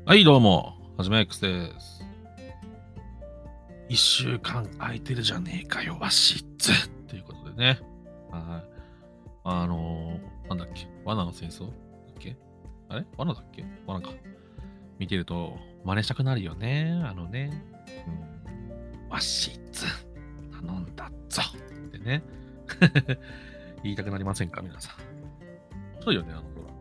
はい、どうも、はじめ X です。一週間空いてるじゃねえかよ、わしっつっていうことでね。はい。なんだっけ、罠の戦争だっけ、あれ罠だっけ、罠か。見てると、真似したくなるよね。わしっつ頼んだぞってね。言いたくなりませんか、皆さん。そうよね、ドラマ。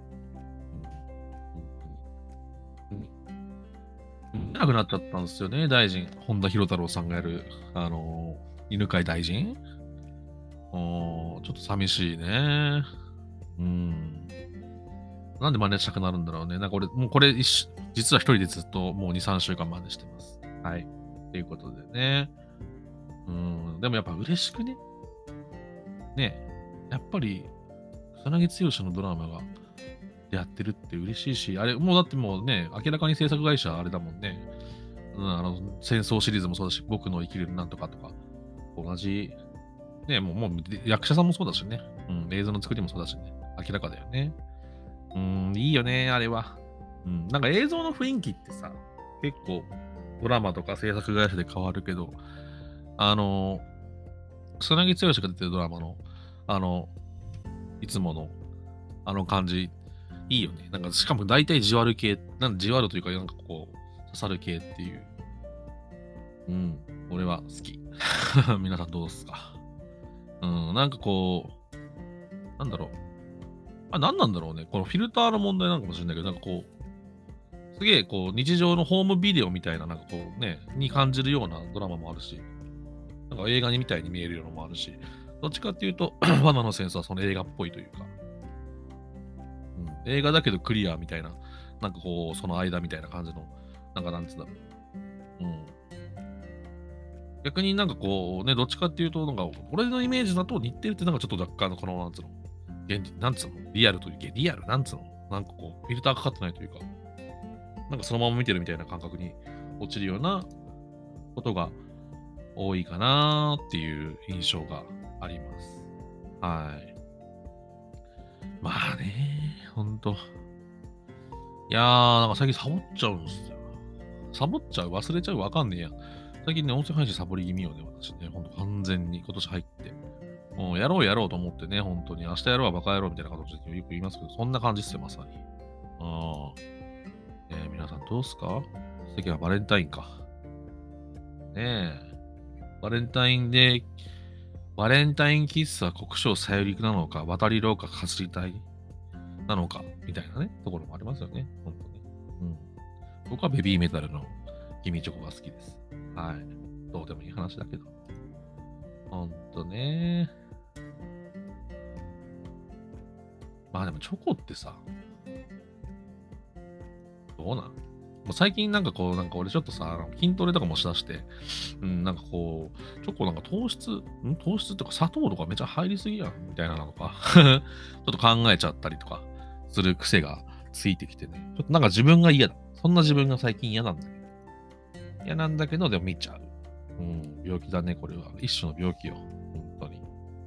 見なくなっちゃったんですよね、大臣。本田博太郎さんがやる、犬飼大臣。ちょっと寂しいね。うん。なんで真似したくなるんだろうね。なんか俺、もうこれ実は一人でずっともう2、3週間真似してます。はい。ということでね。でもやっぱ嬉しくね。ね。やっぱり、草薙剛のドラマがやってるって嬉しいし、あれ、もうだってもうね、明らかに制作会社あれだもんね。戦争シリーズもそうだし、僕の生きるなんとかとか、同じ、ね、もう役者さんもそうだしね。映像の作りもそうだしね。明らかだよね。いいよね、あれは。なんか映像の雰囲気ってさ、結構ドラマとか制作会社で変わるけど、あの、草薙剛が出てるドラマの、あの、いつものあの感じ、いいよね。なんかしかも大体じわる系、じわるというか、なんかこう、刺さる系っていう。俺は好き。皆さんどうですか？なんかこう、なんだろう。何なんだろうね。このフィルターの問題なのかもしれないけど、なんかこう、すげえこう、日常のホームビデオみたいな、なんかこうね、に感じるようなドラマもあるし、なんか映画にみたいに見えるようなのもあるし、どっちかっていうと、罠のセンスはその映画っぽいというか、映画だけどクリアみたいな、なんかこう、その間みたいな感じの、なんかなんつうんだろう。逆になんかこうね、どっちかっていうと、なんか、俺のイメージだと日テレってなんかちょっと若干のこの、なんつうの、なんつうの、リアルという、リアルなんつうの、なんかこう、フィルターかかってないというか、なんかそのまま見てるみたいな感覚に落ちるようなことが多いかなっていう印象があります。はい。まあね、ほんと。いやー、なんか最近サボっちゃうんですよ。サボっちゃう、忘れちゃう、わかんねえや。最近ね、音声配信サボり気味よね、私ね。ほんと完全に今年入って。もうやろうやろうと思ってね、本当に。明日やろうはバカ野郎みたいな形でよく言いますけど、そんな感じっすよ、まさに。皆さんどうすか？次はバレンタインか。ねえ。バレンタインで、バレンタイン喫茶国生さゆりなのか、渡り廊下かすりたいなのか、みたいなね、ところもありますよね。本当に。僕はベビーメタルのギミチョコが好きです。はい。どうでもいい話だけど。ほんとね。まあでもチョコってさ、どうなん？もう最近なんかこう、なんか俺ちょっとさ、筋トレとかもしだして、なんかこう、チョコなんか糖質っていうか砂糖とかめっちゃ入りすぎやん、みたいなのか、ちょっと考えちゃったりとかする癖がついてきてね。ちょっとなんか自分が嫌だ。そんな自分が最近嫌なんだけど。嫌なんだけど、でも見ちゃう。病気だね、これは。一種の病気よ。本当に。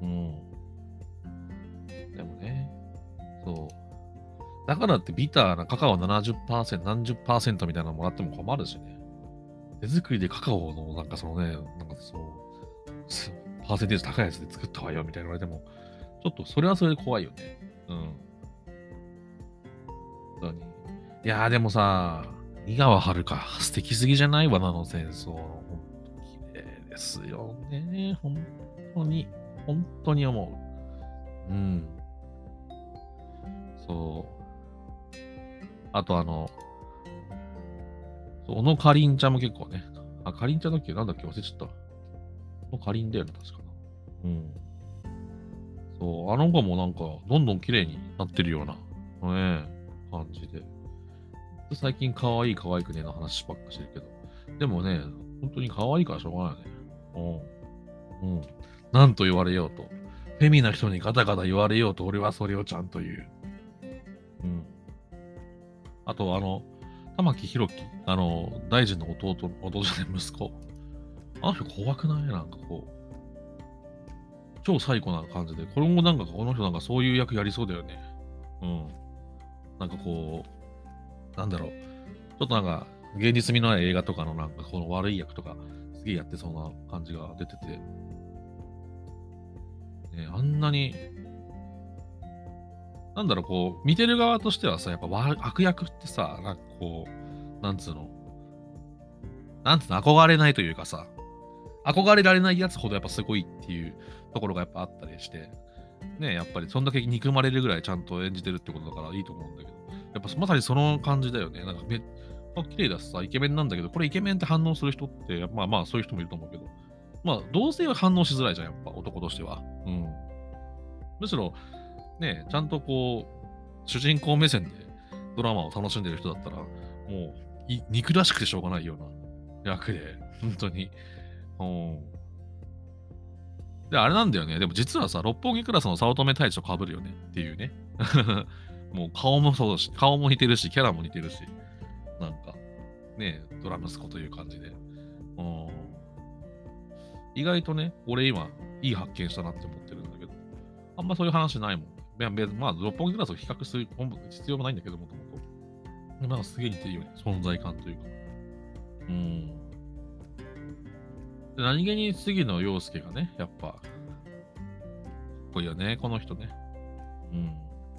でもね、そう。だからってビターなカカオ70%、何十パーセントみたいなのもらっても困るしね。手作りでカカオのなんかそのね、なんかその、パーセンテージ高いやつで作ったわよみたいな言われても、ちょっとそれはそれで怖いよね。本当に。いやーでもさ、井川遥素敵すぎじゃない？罠の戦争。ほんと綺麗ですよね。本当に、本当に思う。そう。あと小野かりんちゃんも結構ね。かりんちゃんだっけなんだっけ忘れちゃった。小野かりんだよね、確かな。そう、あの子もなんか、どんどん綺麗になってるような、ね、感じで。最近可愛い可愛くねえの話ばっかしてるけど。でもね、本当に可愛いからしょうがないよね。なんと言われようと。フェミな人にガタガタ言われようと、俺はそれをちゃんと言う。あと、玉木宏樹、大臣の弟じゃない、息子。あの人怖くない？なんかこう、超最高な感じで、これもなんかこの人なんかそういう役やりそうだよね。なんかこう、なんだろう。 ちょっとなんか、現実味のない映画とかのなんか、この悪い役とか、すげえやってそうな感じが出てて、ね、あんなに、なんだろう、こう、見てる側としてはさ、やっぱ悪役ってさ、なんかこう、なんつうの、憧れないというかさ、憧れられないやつほどやっぱすごいっていうところがやっぱあったりして、ね、やっぱりそんだけ憎まれるぐらいちゃんと演じてるってことだからいいと思うんだけど、やっぱまさにその感じだよね。なんか綺麗だしさ、イケメンなんだけど、これイケメンって反応する人って、まあまあそういう人もいると思うけど、まあ同性は反応しづらいじゃん、やっぱ男としては。うん。むしろ、ね、ちゃんとこう、主人公目線でドラマを楽しんでる人だったら、もう、憎らしくてしょうがないような役で、本当に。うん。で、あれなんだよね。でも実はさ、六本木クラスの早乙女太一と被るよねっていうね。もう顔もそうだし、顔も似てるし、キャラも似てるし、なんか、ね、ドラ息子という感じで。うん。意外とね、俺今、いい発見したなって思ってるんだけど、あんまそういう話ないもん。まあ、六本木クラスを比較する必要もないんだけど、もともと。なんかすげえ似てるよね。存在感というか。うん。で何気に杉野遥亮がね、やっぱ、かっこいいよね、この人ね。うん。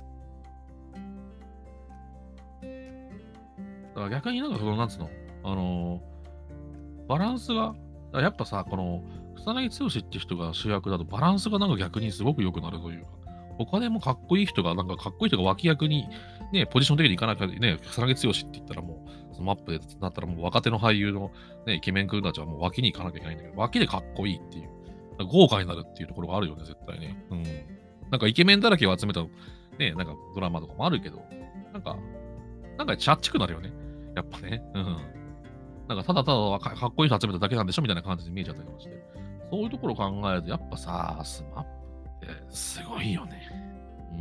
だから逆になんかその、なんつうの、あのバランスが、やっぱさ、この、草薙剛って人が主役だとバランスがなんか逆にすごく良くなるというか、他でもかっこいい人が、なんかかっこいい人が脇役に、ね、ポジション的に行かなきゃね、草薙剛って言ったらもう、そのマップでなったらもう若手の俳優のね、イケメン君たちはもう脇に行かなきゃいけないんだけど、脇でかっこいいっていう、豪華になるっていうところがあるよね、絶対ね。うん。なんかイケメンだらけを集めた、ね、なんかドラマとかもあるけど、なんか、なんかチャッチくなるよね。やっぱね。うん。なんかただただかっこいい人集めただけなんでしょみたいな感じで見えちゃったりとかして。そういうところを考えると、やっぱさ、スマップってすごいよね。うん。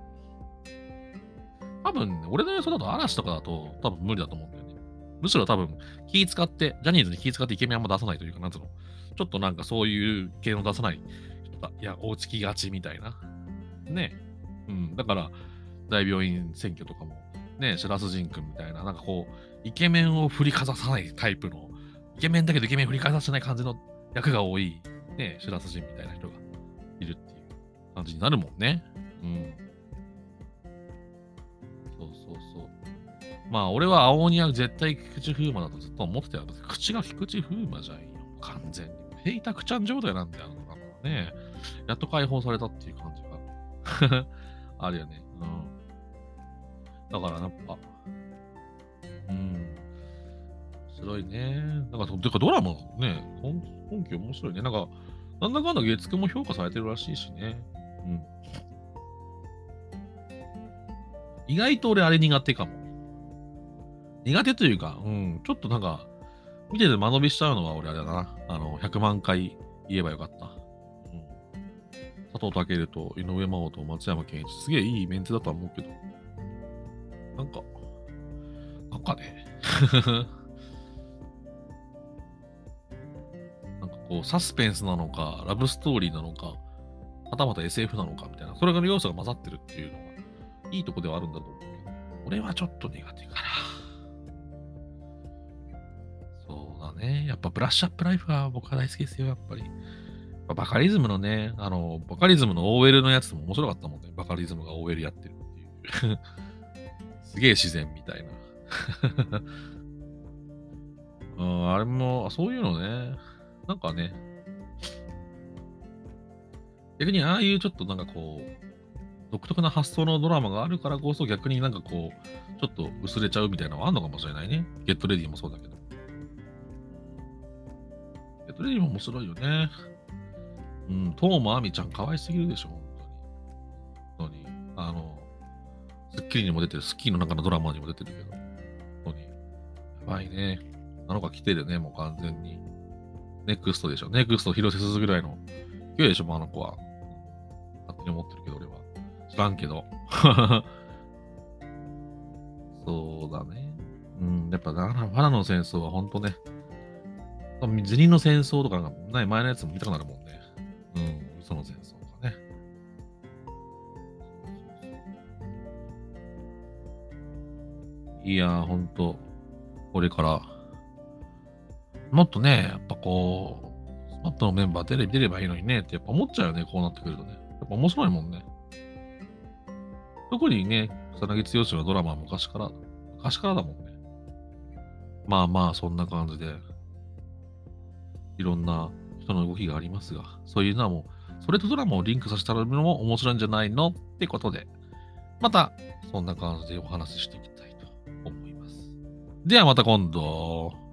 多分、俺の予想だと嵐とかだと多分無理だと思うんだよね。むしろ多分気使って、ジャニーズに気使ってイケメンあんま出さないというか、なんつうの。ちょっとなんかそういう系の出さない人が、いや、大つきがちみたいな。ね。うん。だから、大病院選挙とかも、ね、白洲迅君みたいな、なんかこう、イケメンを振りかざさないタイプの、イケメンだけどイケメン振りかざしてない感じの役が多い、ね、白洲迅みたいな人がいるっていう感じになるもんね。うん。そうそうそう。まあ、俺は青鬼は絶対菊池風磨だとずっと思ってたよ。口が菊池風磨じゃんよ。完全に。平たくちゃん状態なんだよ。ね。やっと解放されたっていう感じがあるよね。うん。だからやっぱ、うん。面白いね。なんか、てかドラマね、今期面白いね。なんか、なんだかんだ月9も評価されてるらしいしね。うん。意外と俺あれ苦手かも。苦手というか、うん、ちょっとなんか、見てて間延びしちゃうのは俺あれだな。100万回言えばよかった。うん。佐藤健と井上真央と松山ケンイチ、すげえいいメンツだとは思うけど、なんか、なんかね、なんかこう、サスペンスなのか、ラブストーリーなのか、はたまた SF なのかみたいな、それが要素が混ざってるっていうのが、いいとこではあるんだと思うけど、俺はちょっと苦手かな。そうだね。やっぱブラッシュアップライフは僕は大好きですよ、やっぱり。バカリズムのね、バカリズムの OL のやつも面白かったもんね。バカリズムが OL やってるっていう。すげえ自然みたいな。うん、あれも、そういうのね。なんかね、逆にああいうちょっとなんかこう、独特な発想のドラマがあるからこそ逆になんかこう、ちょっと薄れちゃうみたいなのはあるのかもしれないね。ゲットレディもそうだけど。ゲットレディも面白いよね。うん、トーマアミちゃん可愛すぎるでしょ、本当に。スッキリにも出てる、スッキリの中のドラマにも出てるけど、本当に。やばいね。あの子来てるね、もう完全に。ネクストでしょ。ネクスト広瀬すずぐらいの勢いでしょ、もうあの子は。勝手に思ってるけど、俺は。知らんけど。そうだね。うん、やっぱ花の戦争は本当ね。辞任の戦争とかなんかない前のやつも見たくなるもんね。うん、嘘の戦争とかね。いやー、ほんと。 これから、もっとね、やっぱこう、スマップのメンバーテレビ出ればいいのにねってやっぱ思っちゃうよね、こうなってくるとね。やっぱ面白いもんね。特にね、草薙剛はドラマは昔からだもんね。まあまあ、そんな感じで、いろんな人の動きがありますが、そういうのはもう、それとドラマをリンクさせたらのも面白いんじゃないのってことで、また、そんな感じでお話ししていきたいと思います。ではまた今度。